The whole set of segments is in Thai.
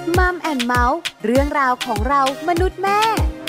มัมแอนด์เมาส์เรื่องราวของเรามนุษย์แม่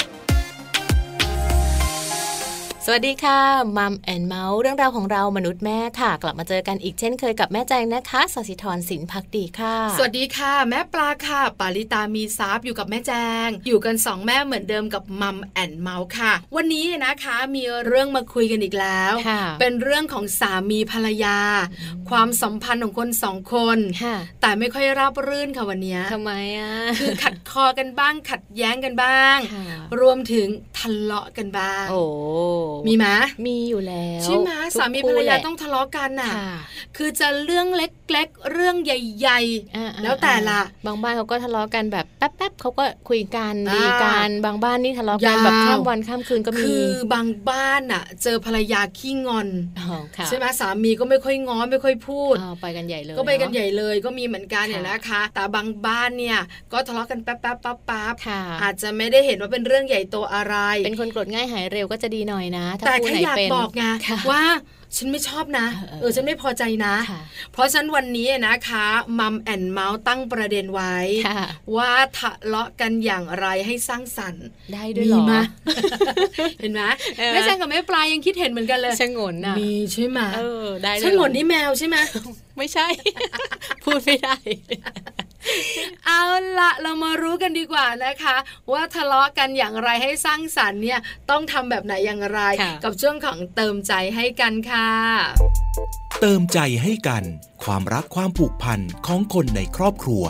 สวัสดีค่ะมัมแอนด์เมาส์เรื่องราวของเรามนุษย์แม่ค่ะกลับมาเจอกันอีกเช่นเคยกับแม่แจงนะคะสศิธรสินภักดีค่ะสวัสดีค่ะแม่ปลาค่ะปาริตามีซับอยู่กับแม่แจงอยู่กัน2แม่เหมือนเดิมกับมัมแอนด์เมาส์ค่ะวันนี้นะคะมีเรื่องมาคุยกันอีกแล้วเป็นเรื่องของสามีภรรยาความสัมพันธ์ของคน2คนแต่ไม่ค่อยราบรื่นค่ะวันนี้ทำไมอ่ะคือขัดคอกันบ้างขัดแย้งกันบ้างรวมถึงทะเลาะกันบ้างโอ้มีไหมมีอยู่แล้วใช่ไหมสามีภรรยาต้องทะเลาะกันน่ะคือจะเรื่องเล็กๆเรื่องใหญ่ๆแล้วแต่ละบางบ้านเขาก็ทะเลาะกันแบบแป๊บๆเขาก็คุยกันดีกันบางบ้านนี่ทะเลาะกันแบบข้ามวันข้ามคืนก็มีคือบางบ้านน่ะเจอภรรยาขี้งอนใช่ไหมสามีก็ไม่ค่อยง้อไม่ค่อยพูดไปกันใหญ่เลยก็ไปกันใหญ่เลยก็มีเหมือนกันเนี่ยนะคะแต่บางบ้านเนี่ยก็ทะเลาะกันแป๊บๆอาจจะไม่ได้เห็นว่าเป็นเรื่องใหญ่โตอะไรเป็นคนโกรธง่ายหายเร็วก็จะดีหน่อยนะแต่แค่อยากบอกไงว่าฉันไม่ชอบนะฉันไม่พอใจนะเพราะฉะนั้นวันนี้นะคะมัมแอนด์เมาส์ตั้งประเด็นไว้ว่าทะเลาะกันอย่างไรให้สร้างสรรค์ได้ด้วยหรอเห็นไหมแม่แจงกับแม่ปลายังคิดเห็นเหมือนกันเลยชงนมีใช่ไหมได้ชงนนี่แมวใช่ไหมไม่ใช่พูดไม่ได้เอาละเรามารู้กันดีกว่านะคะว่าทะเลาะกันอย่างไรให้สร้างสรรค์เนี่ยต้องทำแบบไหนอย่างไรกับช่วงของเติมใจให้กันค่ะเติมใจให้กันความรักความผูกพันของคนในครอบครัว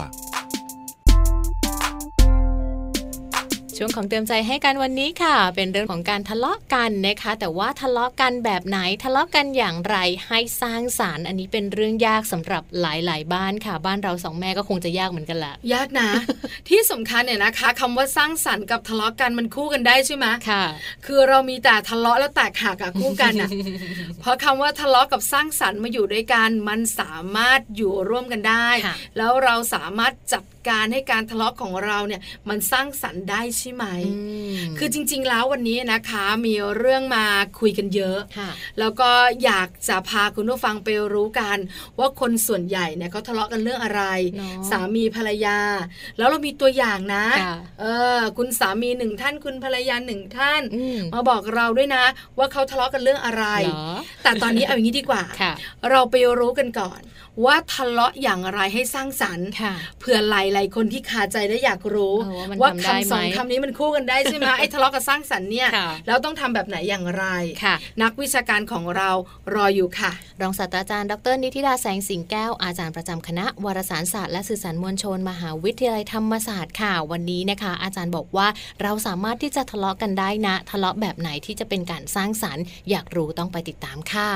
ช่วงของเติมใจให้กันวันนี้ค่ะเป็นเรื่องของการทะเลาะกันนะคะแต่ว่าทะเลาะกันแบบไหนทะเลาะกันอย่างไรให้สร้างสรรค์อันนี้เป็นเรื่องยากสำหรับหลายๆบ้านค่ะบ้านเราสองแม่ก็คงจะยากเหมือนกันแหละยากนะ ที่สำคัญเนี่ยนะคะคำว่าสร้างสรรค์กับทะเลาะกันมันคู่กันได้ใช่ไหมค่ะคือเรามีแต่ทะเลาะแล้วแตกหักกับคู่กันอ่ะ เพราะคำว่าทะเลาะกับสร้างสรรค์มาอยู่ด้วยกันมันสามารถอยู่ร่วมกันได้แล้วเราสามารถจัดการให้การทะเลาะของเราเนี่ยมันสร้างสรรค์ได้ใช่ไหมคือจริงๆแล้ววันนี้นะคะมีเรื่องมาคุยกันเยอะแล้วก็อยากจะพาคุณผู้ฟังไปรู้กันว่าคนส่วนใหญ่เนี่ยเขาทะเลาะกันเรื่องอะไรสามีภรรยาแล้วเรามีตัวอย่างนะคุณสามี1ท่านคุณภรรยา1ท่านมาบอกเราด้วยนะว่าเขาทะเลาะกันเรื่องอะไรแต่ตอนนี้เอาอย่างนี้ดีกว่าเราไปรู้กันก่อนว่าทะเลาะอย่างไรให้สร้างสรรค์เผื่อหลายๆคนที่คาใจและอยากรู้ว่าคำสองคำนี้มันคู่กันได้ใช่ไหมไอ้ทะเลาะกับสร้างสรรค์เนี่ยแล้วต้องทำแบบไหนอย่างไรนักวิชาการของเรารออยู่ค่ะรองศาสตราจารย์ดร.นิธิดาแสงสิงแก้วอาจารย์ประจำคณะวารสารศาสตร์และสื่อสารมวลชนมหาวิทยาลัยธรรมศาสตร์ค่ะวันนี้นะคะอาจารย์บอกว่าเราสามารถที่จะทะเลาะกันได้นะทะเลาะแบบไหนที่จะเป็นการสร้างสรรค์อยากรู้ต้องไปติดตามค่ะ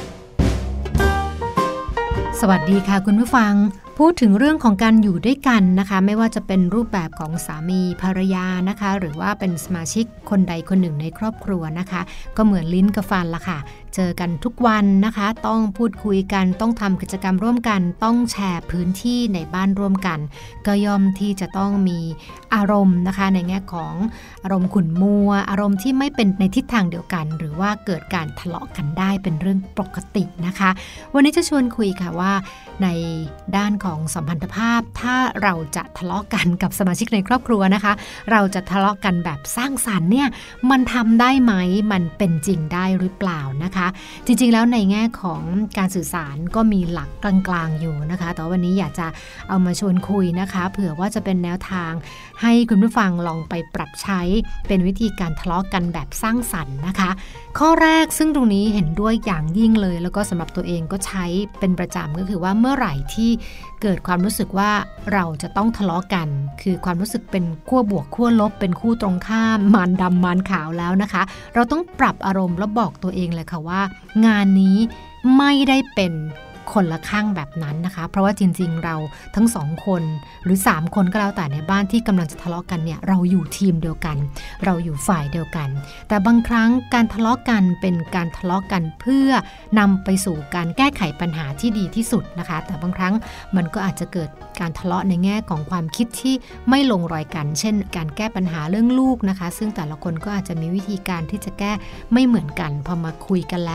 สวัสดีค่ะคุณผู้ฟังพูดถึงเรื่องของการอยู่ด้วยกันนะคะไม่ว่าจะเป็นรูปแบบของสามีภรรยานะคะหรือว่าเป็นสมาชิกคนใดคนหนึ่งในครอบครัวนะคะก็เหมือนลิ้นกับฟันละค่ะเจอกันทุกวันนะคะต้องพูดคุยกันต้องทำกิจกรรมร่วมกันต้องแชร์พื้นที่ในบ้านร่วมกันก็ย่อมที่จะต้องมีอารมณ์นะคะในแง่ของอารมณ์ขุ่นมัวอารมณ์ที่ไม่เป็นในทิศทางเดียวกันหรือว่าเกิดการทะเลาะกันได้เป็นเรื่องปกตินะคะวันนี้จะชวนคุยค่ะว่าในด้านของสัมพันธภาพถ้าเราจะทะเลาะกันกับสมาชิกในครอบครัวนะคะเราจะทะเลาะกันแบบสร้างสรรค์เนี่ยมันทำได้ไหมมันเป็นจริงได้หรือเปล่านะคะจริงๆแล้วในแง่ของการสื่อสารก็มีหลักกลางๆอยู่นะคะแต่วันนี้อยากจะเอามาชวนคุยนะคะเผื่อว่าจะเป็นแนวทางให้คุณผู้ฟังลองไปปรับใช้เป็นวิธีการทะเลาะกันแบบสร้างสรรค์นะคะข้อแรกซึ่งตรงนี้เห็นด้วยอย่างยิ่งเลยแล้วก็สำหรับตัวเองก็ใช้เป็นประจำก็คือว่าเมื่อไหร่ที่เกิดความรู้สึกว่าเราจะต้องทะเลาะกันคือความรู้สึกเป็นขั้วบวกขั้วลบเป็นคู่ตรงข้ามมารดำมารขาวแล้วนะคะเราต้องปรับอารมณ์แล้วบอกตัวเองเลยค่ะว่างานนี้ไม่ได้เป็นคนละข้างแบบนั้นนะคะเพราะว่าจริงๆเราทั้ง2คนหรือ3คนก็แล้วแต่ในบ้านที่กำลังจะทะเลาะกันเนี่ยเราอยู่ทีมเดียวกันเราอยู่ฝ่ายเดียวกันแต่บางครั้งการทะเลาะกันเป็นการทะเลาะกันเพื่อนำไปสู่การแก้ไขปัญหาที่ดีที่สุดนะคะแต่บางครั้งมันก็อาจจะเกิดการทะเลาะในแง่ของความคิดที่ไม่ลงรอยกันเช่นการแก้ปัญหาเรื่องลูกนะคะซึ่งแต่ละคนก็อาจจะมีวิธีการที่จะแก้ไม่เหมือนกันพอมาคุยกันแล้ว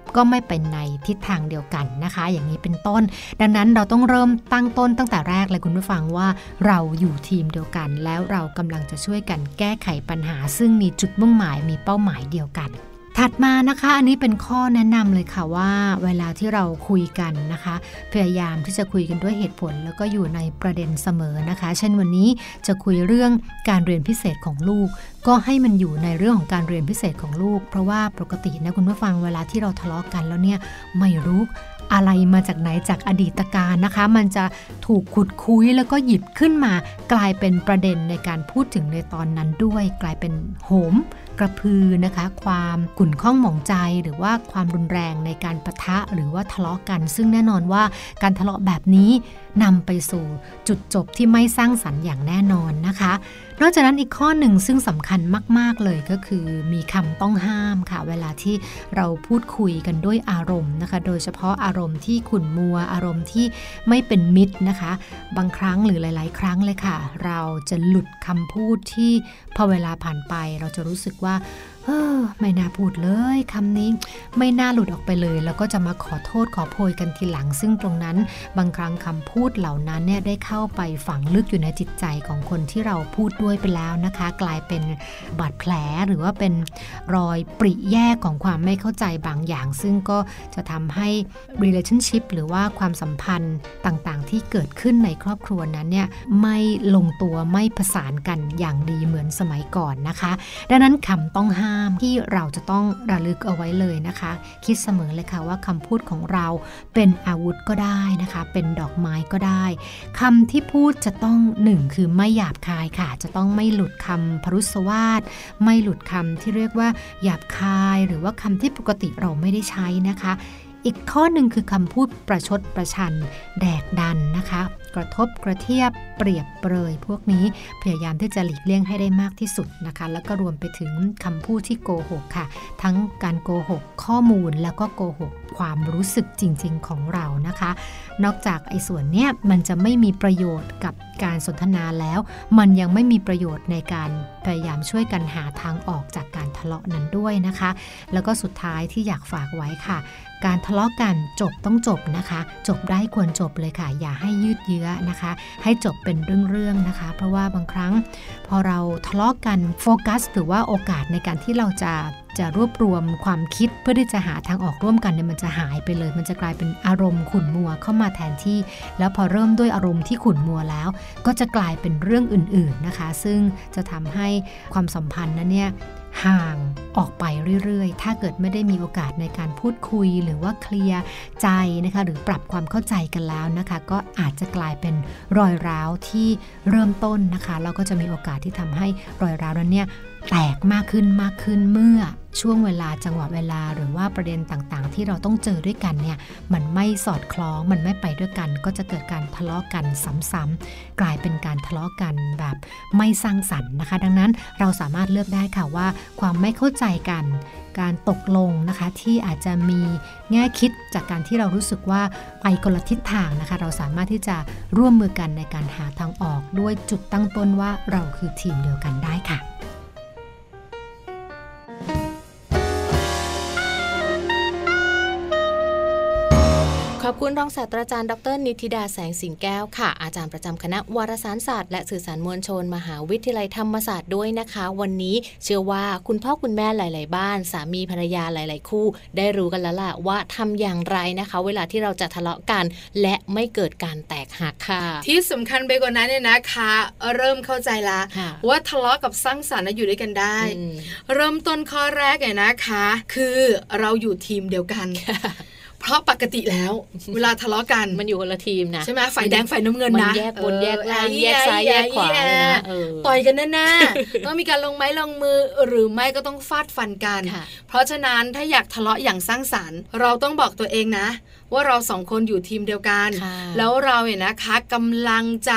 ก็ไม่เป็นในทิศทางเดียวกันนะคะอย่างนี้เป็นต้นดังนั้นเราต้องเริ่มตั้งต้นตั้งแต่แรกเลยคุณผู้ฟังว่าเราอยู่ทีมเดียวกันแล้วเรากำลังจะช่วยกันแก้ไขปัญหาซึ่งมีจุดมุ่งหมายมีเป้าหมายเดียวกันถัดมานะคะอันนี้เป็นข้อแนะนำเลยค่ะว่าเวลาที่เราคุยกันนะคะพยายามที่จะคุยกันด้วยเหตุผลแล้วก็อยู่ในประเด็นเสมอนะคะเช่นวันนี้จะคุยเรื่องการเรียนพิเศษของลูกก็ให้มันอยู่ในเรื่องของการเรียนพิเศษของลูกเพราะว่าปกตินะคุณผู้ฟังเวลาที่เราทะเลาะกันแล้วเนี่ยไม่รู้อะไรมาจากไหนจากอดีตการนะคะมันจะถูกขุดคุยแล้วก็หยิบขึ้นมากลายเป็นประเด็นในการพูดถึงในตอนนั้นด้วยกลายเป็นโหมกระพือนะคะความขุ่นข้องหมองใจหรือว่าความรุนแรงในการปะทะหรือว่าทะเลาะกันซึ่งแน่นอนว่าการทะเลาะแบบนี้นำไปสู่จุดจบที่ไม่สร้างสรรค์อย่างแน่นอนนะคะนอกจากนั้นอีกข้อหนึ่งซึ่งสำคัญมากๆเลยก็คือมีคำต้องห้ามค่ะเวลาที่เราพูดคุยกันด้วยอารมณ์นะคะโดยเฉพาะอารมณ์ที่ขุ่นมัวอารมณ์ที่ไม่เป็นมิตรนะคะบางครั้งหรือหลายๆครั้งเลยค่ะเราจะหลุดคำพูดที่พอเวลาผ่านไปเราจะรู้สึกว่าไม่น่าพูดเลยคำนี้ไม่น่าหลุดออกไปเลยแล้วก็จะมาขอโทษขอโพยกันทีหลังซึ่งตรงนั้นบางครั้งคำพูดเหล่านั้นเนี่ยได้เข้าไปฝังลึกอยู่ในจิตใจของคนที่เราพูดด้วยไปแล้วนะคะกลายเป็นบาดแผลหรือว่าเป็นรอยปริแยกของความไม่เข้าใจบางอย่างซึ่งก็จะทำให้ relationship หรือว่าความสัมพันธ์ต่างๆที่เกิดขึ้นในครอบครัวนั้นเนี่ยไม่ลงตัวไม่ผสานกันอย่างดีเหมือนสมัยก่อนนะคะดังนั้นคำต้องห้ามที่เราจะต้องระลึกเอาไว้เลยนะคะคิดเสมอเลยค่ะว่าคำพูดของเราเป็นอาวุธก็ได้นะคะเป็นดอกไม้ก็ได้คำที่พูดจะต้อง1คือไม่หยาบคายค่ะจะต้องไม่หลุดคำพรุษวาทไม่หลุดคำที่เรียกว่าหยาบคายหรือว่าคำที่ปกติเราไม่ได้ใช้นะคะอีกข้อหนึ่งคือคำพูดประชดประชันแดกดันนะคะกระทบกระเทียบเปรียบเปรยพวกนี้พยายามที่จะหลีกเลี่ยงให้ได้มากที่สุดนะคะแล้วก็รวมไปถึงคำพูดที่โกหกค่ะทั้งการโกหกข้อมูลแล้วก็โกหกความรู้สึกจริงๆของเรานะคะนอกจากไอ้ส่วนเนี้ยมันจะไม่มีประโยชน์กับการสนทนาแล้วมันยังไม่มีประโยชน์ในการพยายามช่วยกันหาทางออกจากการทะเลาะนั้นด้วยนะคะแล้วก็สุดท้ายที่อยากฝากไว้ค่ะการทะเลาะกันจบต้องจบนะคะจบได้ควรจบเลยค่ะอย่าให้ยืดเยื้อนะคะให้จบเป็นเรื่องๆนะคะเพราะว่าบางครั้งพอเราทะเลาะกันโฟกัสหรือว่าโอกาสในการที่เราจะรวบรวมความคิดเพื่อที่จะหาทางออกร่วมกันเนี่ยมันจะหายไปเลยมันจะกลายเป็นอารมณ์ขุ่นมัวเข้ามาแทนที่แล้วพอเริ่มด้วยอารมณ์ที่ขุ่นมัวแล้วก็จะกลายเป็นเรื่องอื่นๆนะคะซึ่งจะทำให้ความสัมพันธ์นั้นเนี่ยห่างออกไปเรื่อยๆถ้าเกิดไม่ได้มีโอกาสในการพูดคุยหรือว่าเคลียร์ใจนะคะหรือปรับความเข้าใจกันแล้วนะคะก็อาจจะกลายเป็นรอยร้าวที่เริ่มต้นนะคะแล้วก็จะมีโอกาสที่ทำให้รอยร้าวนั้นเนี่ยแตกมากขึ้นเมื่อช่วงเวลาจังหวะเวลาหรือว่าประเด็นต่างๆที่เราต้องเจอด้วยกันเนี่ยมันไม่สอดคล้องมันไม่ไปด้วยกันก็จะเกิดการทะเลาะกันซ้ำๆกลายเป็นการทะเลาะกันแบบไม่สร้างสรรค์นะคะดังนั้นเราสามารถเลือกได้ค่ะว่าความไม่เข้าใจกันการตกลงนะคะที่อาจจะมีแง่คิดจากการที่เรารู้สึกว่าไปคนละทิศทางนะคะเราสามารถที่จะร่วมมือกันในการหาทางออกด้วยจุดตั้งต้นว่าเราคือทีมเดียวกันได้ค่ะขอบคุณรองศาสตราจารย์ดร.นิติดาแสงสิงแก้วค่ะอาจารย์ประจำคณะวารสารศาสตร์และสื่อสารมวลชนมหาวิทยาลัยธรรมศาสตร์ด้วยนะคะวันนี้เชื่อว่าคุณพ่อคุณแม่หลายๆบ้านสามีภรรยาหลายๆคู่ได้รู้กันแล้วล่ะว่าทำอย่างไรนะคะเวลาที่เราจะทะเลาะกันและไม่เกิดการแตกหักค่ะที่สำคัญไปกว่านั้นเนี่ยนะคะเริ่มเข้าใจละว่าทะเลาะกับสร้างสรรค์อยู่ด้วยกันได้เริ่มต้นข้อแรกเนี่ยนะคะคือเราอยู่ทีมเดียวกันเพราะปกติแล้วเวลาทะเลาะกันมันอยู่คนละทีมนะใช่ไหมฝ่ายแดงฝ่ายน้ำเงินนะมันแยกบนแยกล่างแยกซ้ายแยกขวาเลยนะต่อยกันแน่ๆต้องมีการลงไม้ลงมือหรือไม่ก็ต้องฟาดฟันกันเพราะฉะนั้นถ้าอยากทะเลาะอย่างสร้างสรรค์เราต้องบอกตัวเองนะว่าเราสองคนอยู่ทีมเดียวกันแล้วเราเนี่ยนะคะกำลังจะ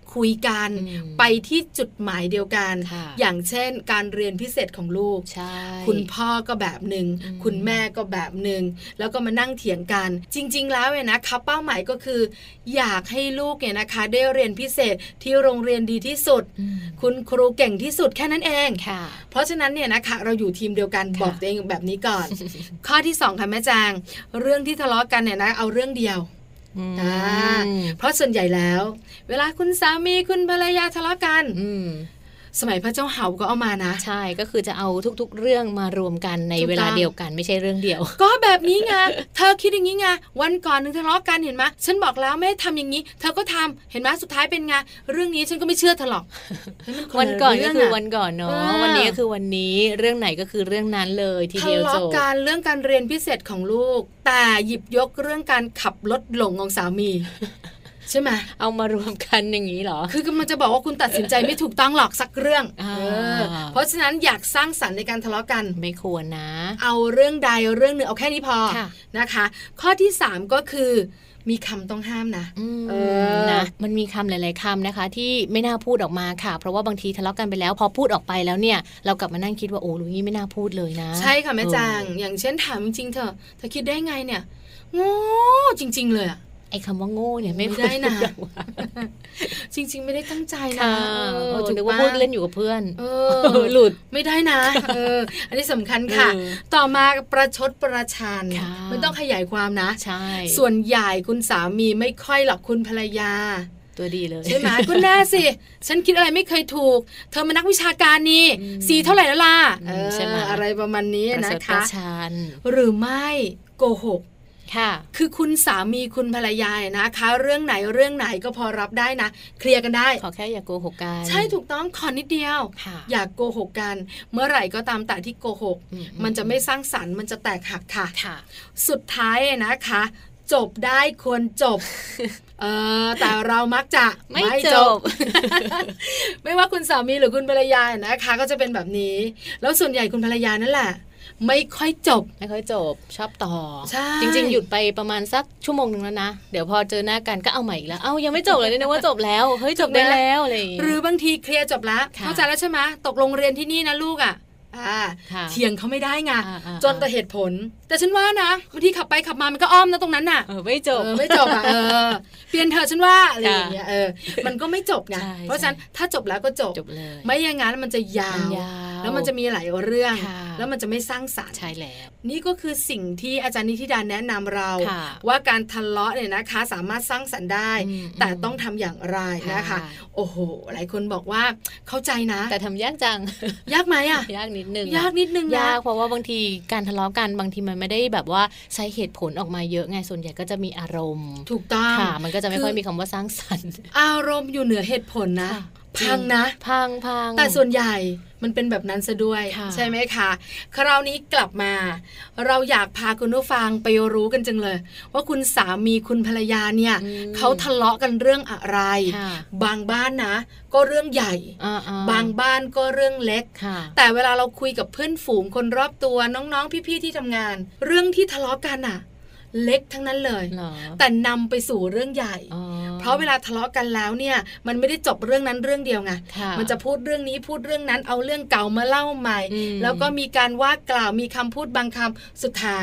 คุยกันไปที่จุดหมายเดียวกันอย่างเช่นการเรียนพิเศษของลูกคุณพ่อก็แบบนึงคุณแม่ก็แบบนึงแล้วก็มานั่งเถียงกันจริงๆแล้วเนี่ยนะคะเป้าหมายก็คืออยากให้ลูกเนี่ยนะคะได้เรียนพิเศษที่โรงเรียนดีที่สุดคุณครูเก่งที่สุดแค่นั้นเองเพราะฉะนั้นเนี่ยนะคะเราอยู่ทีมเดียวกันบอกตัวเองแบบนี้ก่อน ข้อที่2ค่ะแม่จางเรื่องที่ทะเลาะกันเนี่ยนะเอาเรื่องเดียวเพราะส่วนใหญ่แล้วเวลาคุณสามีคุณภรรยาทะเลาะกันสมัยพระเจ้าเห่าก็เอามานะใช่ก็คือจะเอาทุกๆเรื่องมารวมกันในเวลาเดียวกันไม่ใช่เรื่องเดียวก็แบบนี้ไงเธอคิดอย่างนี้ไงวันก่อนนึงทะเลาะกันเห็นไหมฉันบอกแล้วไม่ทำอย่างนี้เธอก็ทำเห็นไหมสุดท้ายเป็นไงเรื่องนี้ฉันก็ไม่เชื่อเธอหรอกวันก่อนก็คือวันก่อนเนาะวันนี้ก็คือวันนี้เรื่องไหนก็คือเรื่องนั้นเลยทีเดียวจบทะเลาะกันเรื่องการเรียนพิเศษของลูกแต่หยิบยกเรื่องการขับรถหลงของสามีใช่ไหมเอามารวมกันอย่างนี้เหรอคือกำลังจะบอกว่าคุณตัดสินใจไม่ถูกต้องหรอกสักเรื่องเพราะฉะนั้นอยากสร้างสรรค์ในการทะเลาะกันไม่ควรนะเอาเรื่องใดเรื่องหนึ่งเอาแค่นี้พอนะคะข้อที่3ก็คือมีคำต้องห้ามนะนะมันมีคำหลายๆคำนะคะที่ไม่น่าพูดออกมาค่ะเพราะว่าบางทีทะเลาะกันไปแล้วพอพูดออกไปแล้วเนี่ยเรากลับมานั่งคิดว่าโอ้ลุงนี่ไม่น่าพูดเลยนะใช่ค่ะแม่จางอย่างเช่นถามจริงๆเธอคิดได้ไงเนี่ยโง่จริงๆเลยอะไอ้คำว่าโง่เนี่ยไม่ได้นะจริงๆไม่ได้ตั้งใจนะนึกว่าพูดเล่นอยู่กับเพื่อนหลุดไม่ได้นะอันนี้สำคัญค่ะต่อมาประชดประชันไม่ต้องขยายความนะใช่ส่วนใหญ่คุณสามีไม่ค่อยหรอกคุณภรรยาตัวดีเลยใช่ไหมคุณแน่สิฉันคิดอะไรไม่เคยถูกเธอมานักวิชาการนี่สีเท่าไหร่แล้วล่ะใช่ไหมอะไรประมาณนี้นะคะหรือไม่โกหกคือคุณสามีคุณภรรยานะคะเรื่องไหนก็พอรับได้นะเคลียร์กันได้ขอแค่อย่าโกหกกันใช่ถูกต้องขอนิดเดียวอย่าโกหกกันเมื่อไหร่ก็ตามแต่ที่โกหกมันจะไม่สร้างสรรค์มันจะแตกหักค่ะสุดท้ายนะคะจบได้ควรจบแต่เรามักจะไม่จบ ไม่ว่าคุณสามีหรือคุณภรรยานะคะก็จะเป็นแบบนี้แล้วส่วนใหญ่คุณภรรยานั่นแหละไม่ค่อยจบชอบต่อจริงๆหยุดไปประมาณสักชั่วโมงนึงแล้วนะเดี๋ยวพอเจอหน้ากันก็เอาใหม่อีกแล้วยังไม่จบเลยนะว่าจบแล้วเฮ้ยจบได้แล้วอะไรหรือบางทีเคลียร์จบแล้วเข้าใจแล้วใช่ไหมตกลงเรียนที่นี่นะลูกอ่ะเถียงเขาไม่ได้ไงจนแต่เหตุผลแต่ฉันว่านะบางทีขับไปขับมามันก็อ้อมนะตรงนั้นน่ะไม่จบอ่ะเปลี่ยนเธอฉันว่าอะไรอย่างเงี้ยมันก็ไม่จบไงเพราะฉะนั้นถ้าจบแล้วก็จบไม่อย่างงั้นมันจะยาวแล้วมันจะมีหลายเรื่องแล้วมันจะไม่สร้างสรรค์ใช่แล้วนี่ก็คือสิ่งที่อาจารย์นิธิดาแนะนำเราว่าการทะเลาะเนี่ยนะคะสามารถสร้างสรรค์ได้แต่ต้องทำอย่างไรนะคะโอ้โหหลายคนบอกว่าเข้าใจนะแต่ทำยากจังยากไหมอ่ะยากนิดนึงยากเพราะว่าบางทีการทะเลาะกันบางทีมันไม่ได้แบบว่าใช้เหตุผลออกมาเยอะไงส่วนใหญ่ก็จะมีอารมณ์ถูกต้องค่ะมันก็จะไม่ค่อยมีคำว่าสร้างสรรค์อารมณ์อยู่เหนือเหตุผลนะพังนะพังแต่ส่วนใหญ่มันเป็นแบบนั้นซะด้วยใช่ไหมคะคราวนี้กลับมาเราอยากพาคุณผู้ฟังไปรู้กันจังเลยว่าคุณสามีคุณภรรยาเนี่ยเขาทะเลาะกันเรื่องอะไรบางบ้านนะก็เรื่องใหญ่บางบ้านก็เรื่องเล็กแต่เวลาเราคุยกับเพื่อนฝูงคนรอบตัวน้องๆพี่ๆที่ทำงานเรื่องที่ทะเลาะกันอ่ะเล็กทั้งนั้นเลยแต่นำไปสู่เรื่องใหญ่เพราะเวลาทะเลาะกันแล้วเนี่ยมันไม่ได้จบเรื่องนั้นเรื่องเดียวไงมันจะพูดเรื่องนี้พูดเรื่องนั้นเอาเรื่องเก่ามาเล่าใหม่แล้วก็มีการว่ากล่าวมีคำพูดบางคำสุดท้าย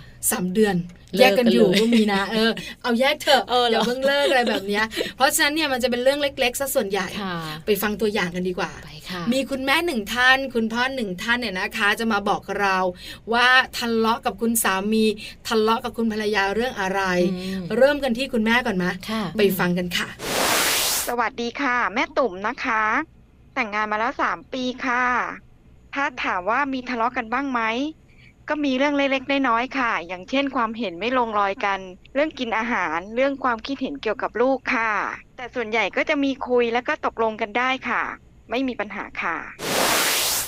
3 เดือนแยกกันอยู่ก็มีนะเอาแยกเถอะอย่าเพิ่งเลิกอะไรแบบนี้เพราะฉะนั้นเนี่ยมันจะเป็นเรื่องเล็กๆซะส่วนใหญ่ไปฟังตัวอย่างกันดีกว่ามีคุณแม่1 ท่านคุณพ่อ1 ท่านเนี่ยนะคะจะมาบอกเราว่าทะเลาะกับคุณสามีทะเลาะกับคุณภรรยาเรื่องอะไรเริ่มกันที่คุณแม่ก่อนมั้ยไปฟังกันค่ะสวัสดีค่ะแม่ตุ่มนะคะแต่งงานมาแล้ว3 ปีค่ะถ้าถามว่ามีทะเลาะกันบ้างไหมก็มีเรื่องเล็กๆน้อยๆค่ะอย่างเช่นความเห็นไม่ลงรอยกันเรื่องกินอาหารเรื่องความคิดเห็นเกี่ยวกับลูกค่ะแต่ส่วนใหญ่ก็จะมีคุยแล้วก็ตกลงกันได้ค่ะไม่มีปัญหาค่ะ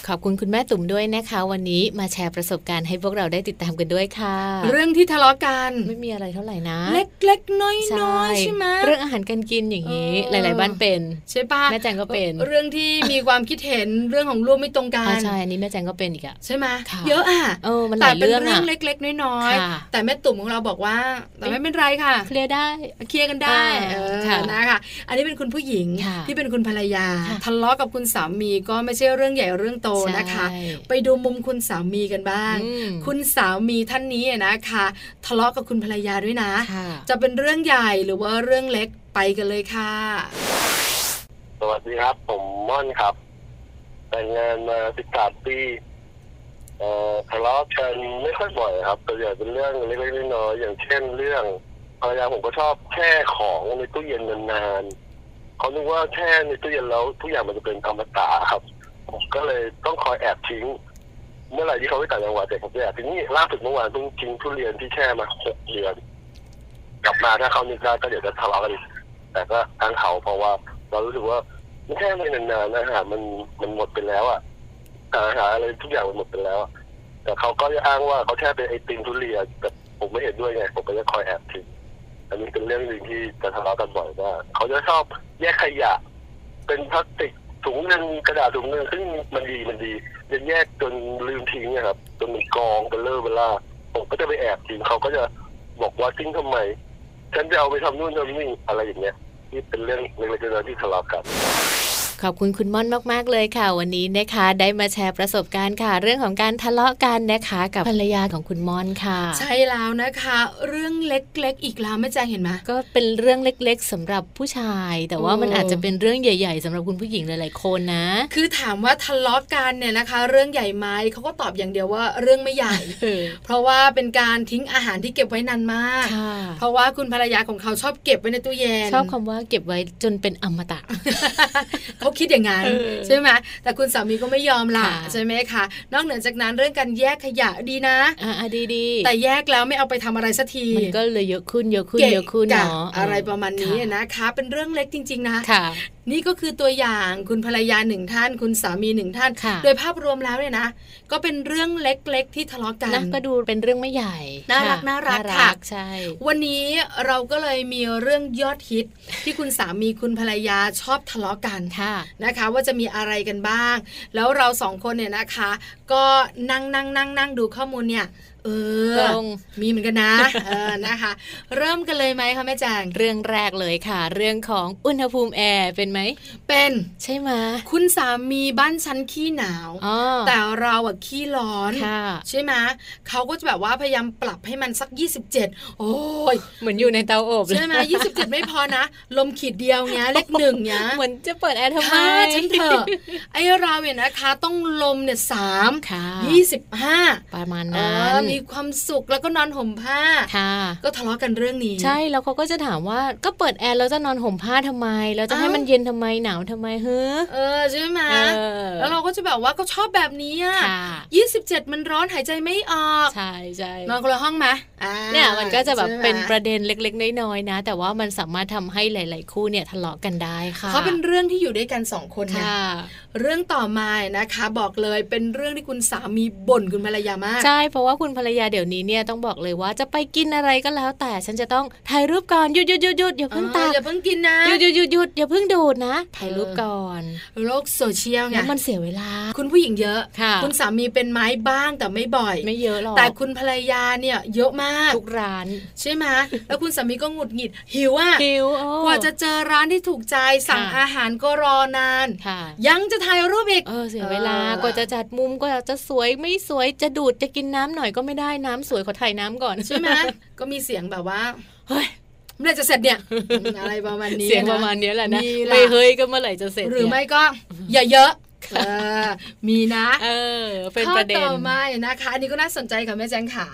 ขอบคุณคุณแม่ตุ่มด้วยนะคะวันนี้มาแชร์ประสบการณ์ให้พวกเราได้ติดตามกันด้วยค่ะเรื่องที่ทะเลาะกันไม่มีอะไรเท่าไหร่นะเล็กๆน้อยๆใช่ไหมเรื่องอาหารการกินอย่างนี้หลายๆบ้านเป็นใช่ปะแม่แจงก็เป็นเรื่องที่มีความคิดเห็นเรื่องของลูกไม่ตรงกันใช่อันนี้แม่แจงก็เป็นอีกอะใช่ไหมเยอะอะมันหลายเรื่องอะแต่เป็นเรื่องเล็กๆน้อยๆแต่แม่ตุ่มของเราบอกว่าแต่ไม่เป็นไรค่ะเคลียร์ได้เคลียร์กันได้นะคะอันนี้เป็นคุณผู้หญิงที่เป็นคุณภรรยาทะเลาะกับคุณสามีก็ไม่ใช่เรื่องใหญ่เรื่องโตนะคะไปดูมุมคุณสามีกันบ้างคุณสามีท่านนี้นะคะทะเลาะกับคุณภรรยาด้วยนะจะเป็นเรื่องใหญ่หรือว่าเรื่องเล็กไปกันเลยค่ะสวัสดีครับผมม่อนครับแต่งงานมา13 ปีทะเลาะกันไม่ค่อยบ่อยครับแต่อย่าเป็นเรื่องเล็กๆน้อยๆอย่างเช่นเรื่องภรรยาผมก็ชอบแช่ของในตู้เย็นนานๆเขาคิดว่าแช่ในตู้เย็นแล้วทุกอย่างมันจะเป็นอมตะครับผมก็เลยต้องคอยแอบทิ้งเมื่อไหร่ที่เขาไปต่างจังหวัดแต่ผมจะแอบทิ้งนี่ล่าสุดเมื่อวานต้องทิ้งทุเรียนที่แช่มา6 เดือนกลับมาถ้าเขานึกได้ก็เดี๋ยวจะทะเลาะกันอีกแต่ก็ตั้งเขาเพราะว่าเรารู้สึกว่าไม่แช่ไปนานๆอาหารมันหมดไปแล้วอ่ะอาหารอะไรทุกอย่างมันหมดไปแล้วแต่เขาก็จะอ้างว่าเขาแช่เป็นไอติมทุเรียนแต่ผมไม่เห็นด้วยไงผมก็จะคอยแอบทิ้งอันนี้เป็นเรื่องหนึ่งที่จะทะเลาะกันบ่อยว่าเขาจะชอบแยกขยะเป็นพลาสติกถุงนึงกระดาษถุงนึงซึ่งมันดีจะแยกจนลืมทิ้งนะครับจนมันกองเป็นเล่าผมก็จะไปแอบทิ้งเขาก็จะบอกว่าทิ้งทำไมฉันจะเอาไปทำนู่นทำนี่อะไรอย่างเงี้ยนี่เป็นเรื่องเล็กๆน้อยๆที่ทะเลาะกันขอบคุณคุณม่อนมากๆเลยค่ะวันนี้นะคะได้มาแชร์ประสบการณ์ค่ะเรื่องของการทะเลาะกันนะคะกับภรรยาของคุณม่อนค่ะใช่แล้วนะคะเรื่องเล็กๆอีกแล้วแม่แจงเห็นไหมก็เป็นเรื่องเล็กๆสำหรับผู้ชายแต่ว่ามันอาจจะเป็นเรื่องใหญ่ๆสำหรับคุณผู้หญิงหลายๆคนนะคือถามว่าทะเลาะกันเนี่ยนะคะเรื่องใหญ่ไหมเขาก็ตอบอย่างเดียวว่าเรื่องไม่ใหญ่ เพราะว่าเป็นการทิ้งอาหารที่เก็บไว้นานมากเพราะว่าคุณภรรยาของเขาชอบเก็บไว้ในตู้เย็นชอบคำว่าเก็บไว้จนเป็นอมตะเขาคิดอย่างนั้นใช่ไหมแต่คุณสามีก็ไม่ยอมล่ะใช่ไหมคะนอกเหนือจากนั้นเรื่องการแยกขยะดีนะดีแต่แยกแล้วไม่เอาไปทำอะไรสักทีมันก็เลยเยอะขึ้นเนาะอะไรประมาณนี้นะคะเป็นเรื่องเล็กจริงๆนะนี่ก็คือตัวอย่างคุณภรรยา1 ท่านคุณสามี1 ท่านโดยภาพรวมแล้วเนี่ยนะก็เป็นเรื่องเล็กๆที่ทะเลาะกันก็ดูเป็นเรื่องไม่ใหญ่น่ารักค่ะใช่วันนี้เราก็เลยมีเรื่องยอดฮิตที่คุณสามีคุณภรรยาชอบทะเลาะกันนะคะว่าจะมีอะไรกันบ้างแล้วเรา2 คนเนี่ยนะคะก็นั่งดูข้อมูลเนี่ยมีเหมือนกันนะนะคะเริ่มกันเลยไหมคะแม่แจงเรื่องแรกเลยค่ะเรื่องของอุณหภูมิแอร์เป็นไหมเป็นใช่ไหมคุณสามีบ้านชั้นขี้หนาวแต่เราอะขี้ร้อนใช่ไหมเขาก็จะแบบว่าพยายามปรับให้มันสัก27โอ้ยเหมือนอยู่ในเตาอบใช่ไหม27ไม่พอนะลมขีดเดียวเงี้ยเลข1เงี้ยเหมือนจะเปิดแอร์ทำไมฉันเถอะไอเราเนี่ยนะคะต้องลมเนี่ย3 25 ประมาณนั้นมีความสุขแล้วก็นอนห่มผ้าก็ทะเลาะกันเรื่องนี้ใช่แล้วเขาก็จะถามว่าก็เปิดแอร์แล้วจะนอนห่มผ้าทำไมแล้วจะให้มันเย็นทำไมหนาวทำไมใช่ไหมแล้วเราก็จะแบบว่าก็ชอบแบบนี้27มันร้อนหายใจไม่ออกใช่นอนคนละห้องไหมเนี่ยมันก็จะแบบเป็นประเด็นเล็กๆน้อยๆนะแต่ว่ามันสามารถทำให้หลายๆคู่เนี่ยทะเลาะกันได้ค่ะเขาเป็นเรื่องที่อยู่ด้วยกัน2 คนนะเรื่องต่อมานะคะบอกเลยเป็นเรื่องที่คุณสามีบ่นคุณภรรยามากใช่เพราะว่าคุณภรรยาเดี๋ยวนี้เนี่ยต้องบอกเลยว่าจะไปกินอะไรก็แล้วแต่ฉันจะต้องถ่ายรูปก่อนหยุดอย่าเพิ่งตักอย่าเพิ่งกินนะหยุดอย่าเพิ่งดูดนะถ่ายรูปก่อนโลกโซเชียลไงมันเสียเวลาคุณผู้หญิงเยอะคุณสามีเป็นไม้บ้างแต่ไม่บ่อยไม่เยอะหรอกแต่คุณภรรยาเนี่ยเยอะมากทุกร้านใช่ไหมแล้วคุณสามีก็หงุดหงิดหิวกว่าจะเจอร้านที่ถูกใจสั่งอาหารก็รอนานยังจะถ่ายรูปอีกเสียเวลากว่าจะจัดมุมก็จะสวยไม่สวยจะดูดจะกินน้ำหน่อยก็ไม่ได้น้ำสวยขอถ่ายน้ำก่อนใช่ไหมก็มีเสียงแบบว่าเฮ้ยเมื่อไหร่จะเสร็จเนี่ยอะไรประมาณนี้เสียงประมาณนี้แหละนะไม่เฮ้ยก็เมื่อไหร่จะเสร็จหรือไม่ก็อย่าเยอะมีนะเป็นประเด็นต่อมานะคะอันนี้ก็น่าสนใจค่ะแม่แจงขา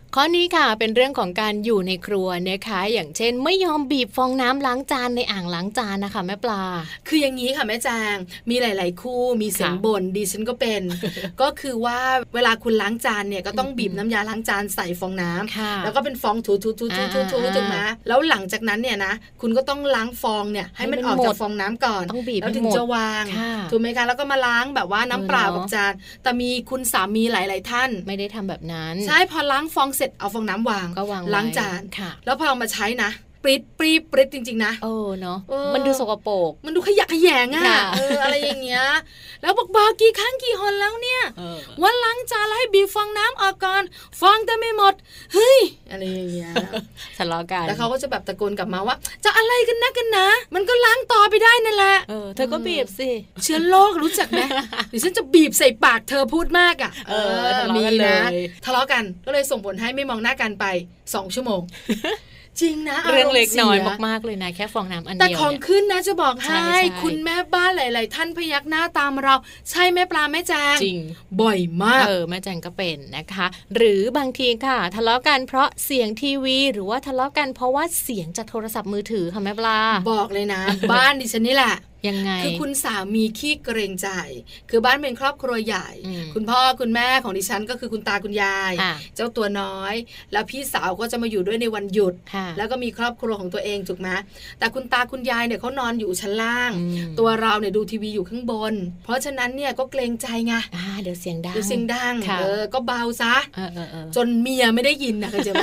ข้อนี้ค่ะเป็นเรื่องของการอยู่ในครัวนะคะอย่างเช่นไม่ยอมบีบฟองน้ำล้างจานในอ่างล้างจานนะคะแม่ปลาคืออย่างนี้ค่ะแม่แจงมีหลายๆคู่มีเสียงบ่นดิฉันก็เป็น ก็คือว่าเวลาคุณล้างจานเนี่ยก็ต้องบีบน้ำยาล้างจานใส่ฟองน้ำแล้วก็เป็นฟองถูถูกไหมแล้วหลังจากนั้นเนี่ยนะคุณก็ต้องล้างฟองเนี่ยให้มันออกจากฟองน้ำก่อนแล้วถึงจะวางถูกไหมคะแล้วก็มาล้างแบบว่าน้ำเปล่ากับจานแต่มีคุณสามีหลายๆท่านไม่ได้ทำแบบนั้นใช่พอล้างฟองเสร็จเอาฟองน้ำวางล้างจานแล้วพอเอามาใช้นะปริดจริงๆนะเนาะมันดูสกปรกมันดูขยะแขยงอะไรอย่างเงี้ยแล้วบอกกี่ครั้งกี่หนแล้วเนี่ยว่าล้างจานแล้วให้บีบฟองน้ำออกก่อนฟองแต่ไม่หมดเฮ้ยอะไรอย่างเงี้ยทะเลาะกันแล้วเขาก็จะแบบตะโกนกลับมาว่าจะอะไรกันนะมันก็ล้างต่อไปได้นั่นแหละเธอก็บีบสิเชื้อโรครู้จักไหมหรือฉันจะบีบใส่ปากเธอพูดมากอ่ะมีนะทะเลาะกันก็เลยส่งผลให้ไม่มองหน้ากันไป2 ชั่วโมงจริงนะเรื่องเล็กน้อยมากๆเลยนะแค่ฟองน้ำอันเดียวแต่ของขึ้นนะจะบอกให้คุณแม่บ้านหลายๆท่านพยักหน้าตามเราใช่แม่ปลาแม่แจงจริงบ่อยมากแม่แจงก็เป็นนะคะหรือบางทีค่ะทะเลาะกันเพราะเสียงทีวีหรือว่าทะเลาะกันเพราะว่าเสียงจากโทรศัพท์มือถือค่ะแม่ปลาบอกเลยนะบ้านดิฉันนี่แหละยังไงคือคุณสามีขี้เกรงใจคือบ้านเป็นครอบครัวใหญ่คุณพ่อคุณแม่ของดิฉันก็คือคุณตาคุณยายเจ้าตัวน้อยแล้วพี่สาวก็จะมาอยู่ด้วยในวันหยุดแล้วก็มีครอบครัวของตัวเองถูกไหมแต่คุณตาคุณยายเนี่ยเขานอนอยู่ชั้นล่างตัวเราเนี่ยดูทีวีอยู่ข้างบนเพราะฉะนั้นเนี่ยก็เกรงใจไงเดี๋ยวเสียงดังก็เบาซะจนเมียไม่ได้ยินนะเข้าใจไหม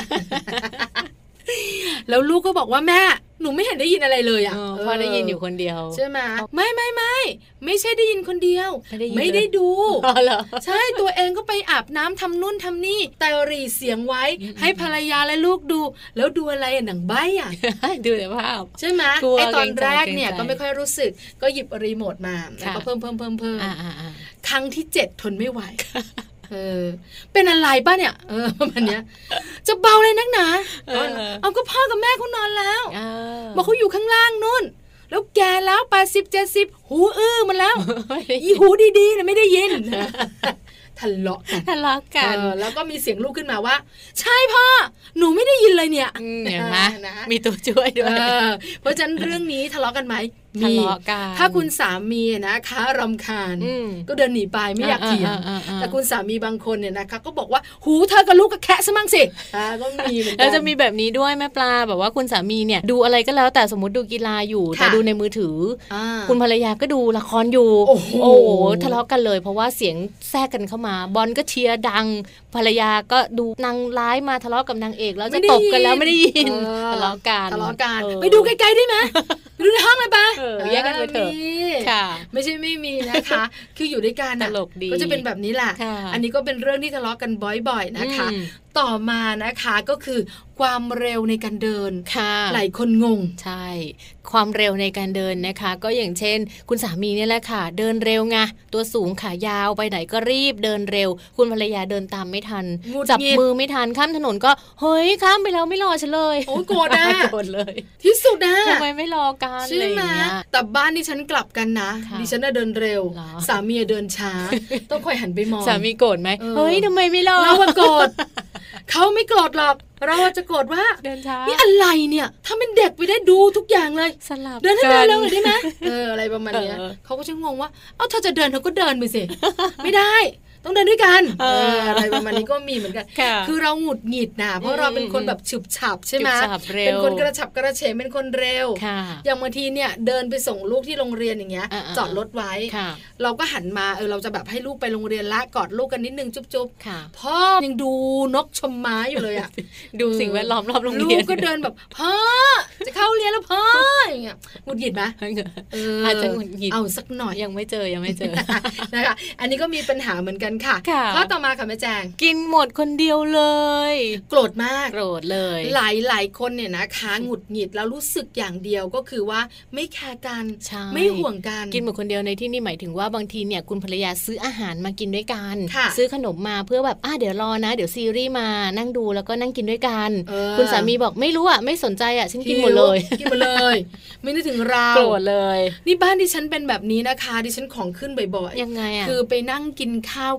แล้วลูกก็บอกว่าแม่หนูไม่เห็นได้ยินอะไรเลยพอได้ยินอยู่คนเดียวใช่ไหมไม่ใช่ได้ยินคนเดียวไม่ได้ดูใช่ตัวเองก็ไปอาบน้ำทำนู่นทำนี่แต่รีเสียงไว้ให้ภรรยาและลูกดูแล้วดูอะไรหนังใบ้ดูแต่ภาพใช่ไหมไอตอนแรกเนี่ยก็ไม่ค่อยรู้สึกก็หยิบรีโมทมาแล้วก็เพิ่มครั้งที่7ทนไม่ไหวเป็นอะไรป่ะเนี่ยประมาณเนี้ยจะเบาเลยนักหนาเอาก็พ่อกับแม่เขานอนแล้วบอกเขาอยู่ข้างล่างนู่นแล้วแกแล้ว80-70หูมันแล้วอีหูดีๆนะไม่ได้ยินทะเลาะกันแล้วก็มีเสียงลูกขึ้นมาว่าใช่พ่อหนูไม่ได้ยินเลยเนี่ยเห็นไหมมีตัวช่วยด้วยเพราะฉะนั้นเรื่องนี้ทะเลาะกันไหมมีถ้าคุณสามีนะคะรำคาญก็เดินหนีไปไม่อยากเถียงแต่คุณสามีบางคนเนี่ยนะคะก็บอกว่าหูเธอกับลูกก็แคะซะมั่งสิก็มีเหมือนกันแล้วจะมีแบบนี้ด้วยแม่ปลาแบบว่าคุณสามีเนี่ยดูอะไรก็แล้วแต่สมมติดูกีฬาอยู่แต่ดูในมือถือคุณภรรยาก็ดูละครอยู่โอ้โหทะเลาะกันเลยเพราะว่าเสียงแทรกกันเข้ามาบอลก็เชียร์ดังภรรยาก็ดูนางร้ายมาทะเลาะกับนางเอกแล้วจะตบกันแล้วไม่ได้ยินทะเลาะกันไปดูไกลๆได้ไหมไปดูในห้องเลยปะแยกกันไปเถอะไม่ใช่ไม่มีนะคะคืออยู่ด้วยกันก็จะเป็นแบบนี้แหละอันนี้ก็เป็นเรื่องที่ทะเลาะกันบ่อยๆนะคะต่อมานะคะก็คือความเร็วในการเดินหลายคนงงใช่ความเร็วในการเดินนะคะก็อย่างเช่นคุณสามีนี่แหละค่ะเดินเร็วไงตัวสูงขายาวไปไหนก็รีบเดินเร็วคุณภรรยาเดินตามไม่ทันจับมือไม่ทันข้ามถนนก็เฮ้ยข้ามไปแล้วไม่รอฉันเลยโอ้โกรธนะโกรธเลยที่สุดนะทำไมไม่รอกันใช่ไหมแต่บ้านที่ฉันกลับกันนะดิฉันเดินเร็วสามีเดินช้าต้องคอยหันไปมองสามีโกรธไหมเฮ้ยทำไมไม่รอเราโกรธเขาไม่โกรธหรอกเราจะโกรธว่าเดินช้านี่อะไรเนี่ยถ้าเป็นเด็กไปได้ดูทุกอย่างเลยสลับเดินให้เร็วๆได้ไหมอะไรประมาณนี้เขาก็จะงงว่าเธอจะเดินเธอก็เดินไปสิไม่ได้ต้องเดินด้วยกันอะไรประมาณนี้ก็มีเหมือนกันคือเราหงุดหงิดนะเพราะเราเป็นคนแบบฉึบฉับใช่ไหมเป็นคนกระฉับกระเฉงเป็นคนเร็วอย่างบางทีเนี่ยเดินไปส่งลูกที่โรงเรียนอย่างเงี้ยจอดรถไว้เราก็หันมาเราจะแบบให้ลูกไปโรงเรียนละกอดลูกกันนิดนึงจุ๊บๆพ่อยังดูนกชมไม้อยู่เลยอ่ะดูสิ่งแวดล้อมรอบโรงเรียนลูกก็เดินแบบพ่อจะเข้าเรียนแล้วพ่ออย่างเงี้ยหงุดหงิดไหมอาจจะหงุดหงิดเอาสักหน่อยยังไม่เจอนะคะอันนี้ก็มีปัญหาเหมือนกันค่ะข้อต่อมาค่ะแม่แจงกินหมดคนเดียวเลยโกรธมากโกรธเลยหลายคนเนี่ยนะคะหงุดหงิดแล้วรู้สึกอย่างเดียวก็คือว่าไม่แคร์กันไม่ห่วงกันกินหมดคนเดียวในที่นี่หมายถึงว่าบางทีเนี่ยคุณภรรยาซื้ออาหารมากินด้วยกันซื้อขนมมาเพื่อแบบเดี๋ยวรอนะเดี๋ยวซีรีส์มานั่งดูแล้วก็นั่งกินด้วยกันคุณสามีบอกไม่รู้ไม่สนใจฉันกินหมดเลยไม่นึกถึงเราโกรธเลยนี่บ้านดิฉันเป็นแบบนี้นะคะดิฉันของขึ้นบ่อยๆยังไงคือไปนั่งกินข้าว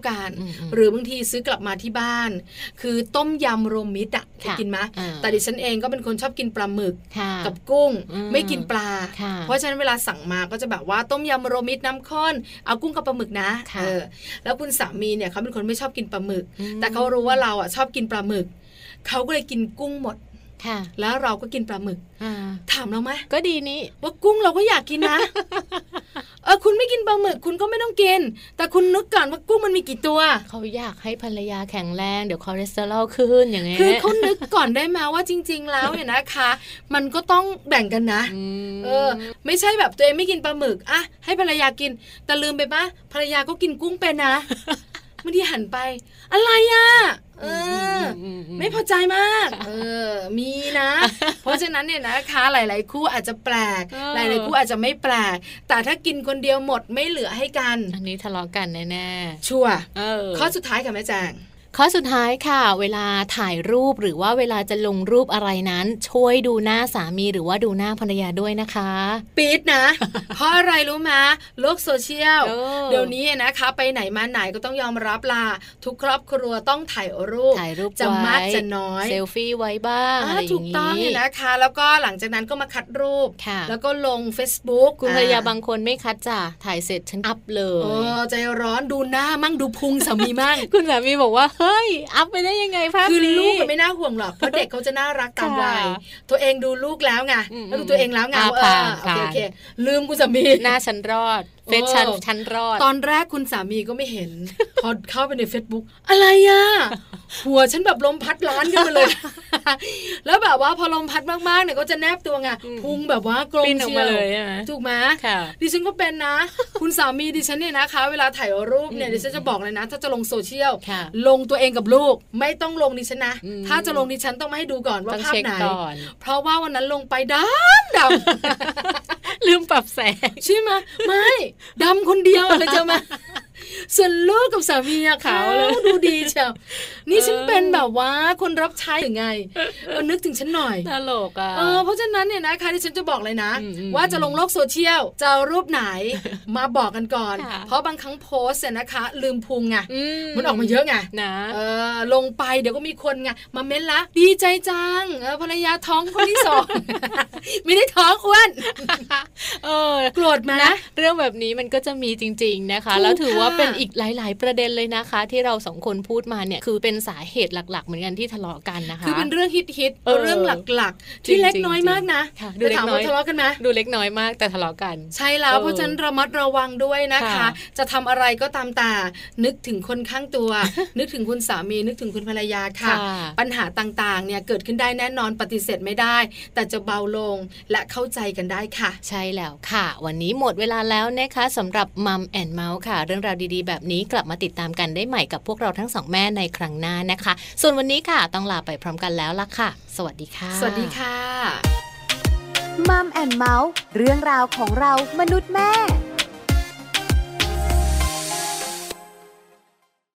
กันหรือบางทีซื้อกลับมาที่บ้านคือต้มยำรวมมิตรเคยกินไหมแต่ดิฉันเองก็เป็นคนชอบกินปลาหมึกกับกุ้งไม่กินปลาเพราะฉะนั้นเวลาสั่งมาก็จะแบบว่าต้มยำรวมมิตรน้ำข้นเอากุ้งกับปลาหมึกนะแล้วคุณสามีเนี่ยเขาเป็นคนไม่ชอบกินปลาหมึกแต่เขารู้ว่าเราอ่ะชอบกินปลาหมึกเขาก็เลยกินกุ้งหมดแล้วเราก็กินปลาหมึกถามเราไหมก็ดีนี่ว่ากุ้งเราก็อยากกินนะคุณไม่กินปลาหมึกคุณก็ไม่ต้องกินแต่คุณนึกก่อนว่ากุ้งมันมีกี่ตัวเขาอยากให้ภรรยาแข็งแรงเดี๋ยวคอเลสเตอรอลขึ้นอย่างเงี้ยคือเขานึกก่อนได้ไหมว่าจริงๆแล้วเนี่ยนะคะมันก็ต้องแบ่งกันนะไม่ใช่แบบตัวเองไม่กินปลาหมึกอ่ะให้ภรรยากินแต่ลืมไปปะภรรยาก็กินกุ้งเป็นนะบางทีหันไปอะไรอ่ะไม่พอใจมากมีนะเพราะฉะนั้นเนี่ยนะคะหลายๆคู่อาจจะแปลกหลายๆคู่อาจจะไม่แปลกแต่ถ้ากินคนเดียวหมดไม่เหลือให้กันอันนี้ทะเลาะกันแน่ๆชัวร์ข้อสุดท้ายค่ะแม่แจงข้อสุดท้ายค่ะเวลาถ่ายรูปหรือว่าเวลาจะลงรูปอะไรนั้นช่วยดูหน้าสามีหรือว่าดูหน้าภรรยาด้วยนะคะปี๊ดนะ เพราะอะไรรู้ไหมโลกโซเชียลเดี๋ยวนี้นะคะไปไหนมาไหนก็ต้องยอมรับล่ะทุกครอบครัวต้องถ่ายรูปจะมากจะน้อยเซลฟี่ไว้บ้างอะไรอย่างนี้ถูกต้องนะคะแล้วก็หลังจากนั้นก็มาคัดรูปแล้วก็ลง Facebook คุณภรรยาบางคนไม่คัดจ้ะถ่ายเสร็จฉันอัพเลยใจร้อนดูหน้ามั่งดูพุงสามีมั่งคุณสามีบอกว่าเฮ้ยอัพไปได้ยังไงภาพนี้คือลูกก็ไม่น่าห่วงหรอกเพราะเด็กเขาจะน่ารักตามวัยตัวเองดูลูกแล้วไงแล้วดูตัวเองแล้วไงโอเคลืมคุณสามีหน้าฉันรอดเฟซฉันรอดตอนแรกคุณสามีก็ไม่เห็นพอเข้าไปใน Facebook อะไรอ่ะหัวฉันแบบลมพัดร้อนขึ้นมาเลยแล้วแบบว่าพอลมพัดมากๆเนี่ยก็จะแนบตัวไงพุงแบบว่ากลมเชียวถูกไหมดิฉันก็เป็นนะคุณสามีดิฉันเนี่ยนะคะเวลาถ่ายรูปเนี่ยดิฉันจะบอกเลยนะถ้าจะลงโซเชียลลงตัวเองกับลูกไม่ต้องลงดิฉันนะถ้าจะลงดิฉันต้องมาให้ดูก่อนว่าภาพไหนเพราะว่าวันนั้นลงไปดำลืมปรับแสงใช่ไหมไม่ดำคนเดียวเลยเจอมาส่วนลูกกับสามีขาวเลยดูดีเชียวนี่ฉันเป็นแบบว่าคนรับใช้หรือไงนึกถึงฉันหน่อยตลกอ่ะเพราะฉะนั้นเนี่ยนะคะที่ฉันจะบอกเลยนะว่าจะลงโลกโซเชียลจะเอารูปไหนมาบอกกันก่อนเพราะบางครั้งโพสเนี่ยนะคะลืมพุงไงมันออกมาเยอะไงนะลงไปเดี๋ยวก็มีคนไงมาเม้นละดีใจจังภรรยาท้องคนที่สองไม่ได้ท้องอ้วนโกรธไหมเรื่องแบบนี้มันก็จะมีจริงๆนะคะแล้วถือว่าเป็นอีกหลายๆประเด็นเลยนะคะที่เราสองคนพูดมาเนี่ยคือเป็นสาเหตุหลักๆเหมือนกันที่ทะเลาะกันนะคะคือเป็นเรื่องฮิตๆเรื่องหลักๆที่เล็กน้อยมากนะดูเล็กน้อยทะเลาะกันไหมดูเล็กน้อยมากแต่ทะเลาะกันใช่แล้วเพราะฉะนั้นระมัดระวังด้วยนะคะจะทำอะไรก็ตามแต่นึกถึงคนข้างตัว นึกถึงคุณสามีนึกถึงคุณภรรยาค่ะปัญหาต่างๆเนี่ยเกิดขึ้นได้แน่นอนปฏิเสธไม่ได้แต่จะเบาลงและเข้าใจกันได้ค่ะใช่แล้วค่ะวันนี้หมดเวลาแล้วนะคะสำหรับมัมแอนด์เมาส์ค่ะเรื่องราวดีๆแบบนี้กลับมาติดตามกันได้ใหม่กับพวกเราทั้งสองแม่ในครั้งหน้านะคะส่วนวันนี้ค่ะต้องลาไปพร้อมกันแล้วล่ะค่ะสวัสดีค่ะสวัสดีค่ะมัมแอนด์เมาส์เรื่องราวของเรามนุษย์แม่